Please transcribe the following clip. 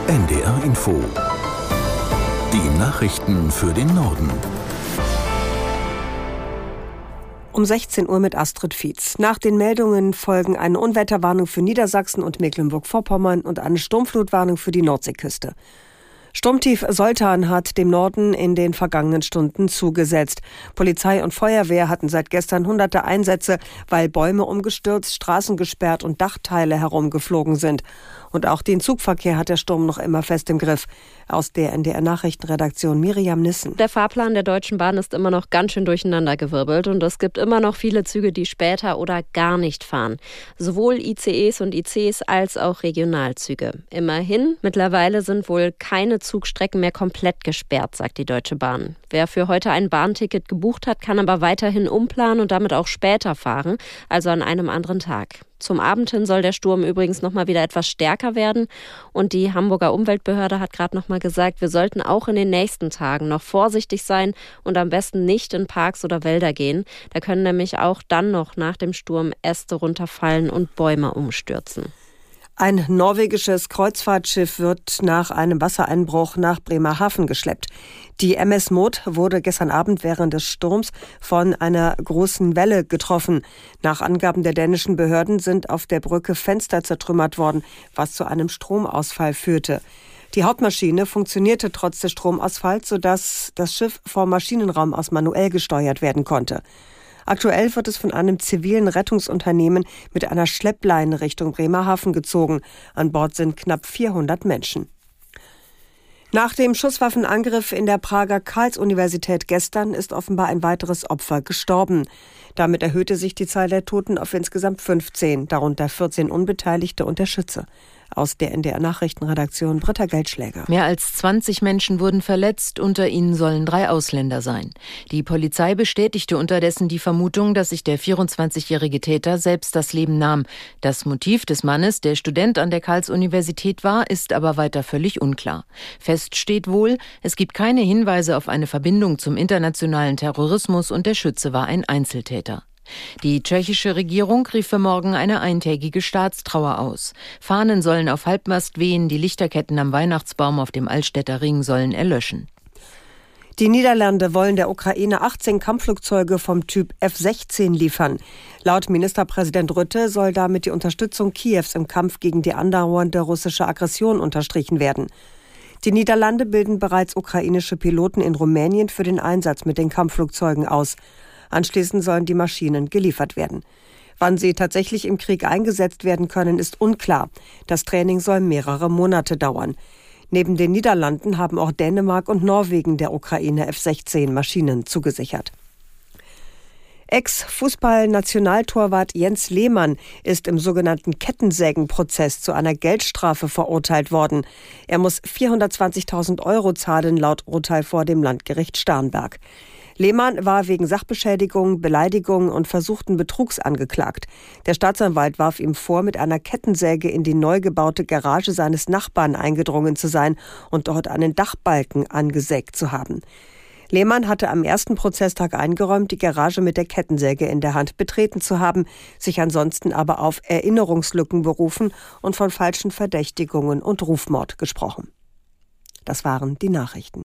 NDR Info. Die Nachrichten für den Norden. Um 16 Uhr mit Astrid Fietz. Nach den Meldungen folgen eine Unwetterwarnung für Niedersachsen und Mecklenburg-Vorpommern und eine Sturmflutwarnung für die Nordseeküste. Sturmtief Soltan hat dem Norden in den vergangenen Stunden zugesetzt. Polizei und Feuerwehr hatten seit gestern hunderte Einsätze, weil Bäume umgestürzt, Straßen gesperrt und Dachteile herumgeflogen sind. Und auch den Zugverkehr hat der Sturm noch immer fest im Griff. Aus der NDR-Nachrichtenredaktion Miriam Nissen. Der Fahrplan der Deutschen Bahn ist immer noch ganz schön durcheinandergewirbelt und es gibt immer noch viele Züge, die später oder gar nicht fahren. Sowohl ICEs und ICs als auch Regionalzüge. Immerhin, mittlerweile sind wohl keine Zugstrecken mehr komplett gesperrt, sagt die Deutsche Bahn. Wer für heute ein Bahnticket gebucht hat, kann aber weiterhin umplanen und damit auch später fahren, also an einem anderen Tag. Zum Abend hin soll der Sturm übrigens noch mal wieder etwas stärker werden. Und die Hamburger Umweltbehörde hat gerade noch mal gesagt, wir sollten auch in den nächsten Tagen noch vorsichtig sein und am besten nicht in Parks oder Wälder gehen. Da können nämlich auch dann noch nach dem Sturm Äste runterfallen und Bäume umstürzen. Ein norwegisches Kreuzfahrtschiff wird nach einem Wassereinbruch nach Bremerhaven geschleppt. Die MS Maud wurde gestern Abend während des Sturms von einer großen Welle getroffen. Nach Angaben der dänischen Behörden sind auf der Brücke Fenster zertrümmert worden, was zu einem Stromausfall führte. Die Hauptmaschine funktionierte trotz des Stromausfalls, sodass das Schiff vom Maschinenraum aus manuell gesteuert werden konnte. Aktuell wird es von einem zivilen Rettungsunternehmen mit einer Schleppleine Richtung Bremerhaven gezogen. An Bord sind knapp 400 Menschen. Nach dem Schusswaffenangriff in der Prager Karls-Universität gestern ist offenbar ein weiteres Opfer gestorben. Damit erhöhte sich die Zahl der Toten auf insgesamt 15, darunter 14 Unbeteiligte und der Schütze. Aus der NDR-Nachrichtenredaktion Britta Geldschläger. Mehr als 20 Menschen wurden verletzt, unter ihnen sollen 3 Ausländer sein. Die Polizei bestätigte unterdessen die Vermutung, dass sich der 24-jährige Täter selbst das Leben nahm. Das Motiv des Mannes, der Student an der Karls-Universität war, ist aber weiter völlig unklar. Fest steht wohl, es gibt keine Hinweise auf eine Verbindung zum internationalen Terrorismus und der Schütze war ein Einzeltäter. Die tschechische Regierung rief für morgen eine eintägige Staatstrauer aus. Fahnen sollen auf Halbmast wehen, die Lichterketten am Weihnachtsbaum auf dem Altstädter Ring sollen erlöschen. Die Niederlande wollen der Ukraine 18 Kampfflugzeuge vom Typ F-16 liefern. Laut Ministerpräsident Rutte soll damit die Unterstützung Kiews im Kampf gegen die andauernde russische Aggression unterstrichen werden. Die Niederlande bilden bereits ukrainische Piloten in Rumänien für den Einsatz mit den Kampfflugzeugen aus. Anschließend sollen die Maschinen geliefert werden. Wann sie tatsächlich im Krieg eingesetzt werden können, ist unklar. Das Training soll mehrere Monate dauern. Neben den Niederlanden haben auch Dänemark und Norwegen der Ukraine F-16-Maschinen zugesichert. Ex-Fußball-Nationaltorwart Jens Lehmann ist im sogenannten Kettensägenprozess zu einer Geldstrafe verurteilt worden. Er muss 420.000 € zahlen, laut Urteil vor dem Landgericht Starnberg. Lehmann war wegen Sachbeschädigung, Beleidigung und versuchten Betrugs angeklagt. Der Staatsanwalt warf ihm vor, mit einer Kettensäge in die neu gebaute Garage seines Nachbarn eingedrungen zu sein und dort einen Dachbalken angesägt zu haben. Lehmann hatte am ersten Prozesstag eingeräumt, die Garage mit der Kettensäge in der Hand betreten zu haben, sich ansonsten aber auf Erinnerungslücken berufen und von falschen Verdächtigungen und Rufmord gesprochen. Das waren die Nachrichten.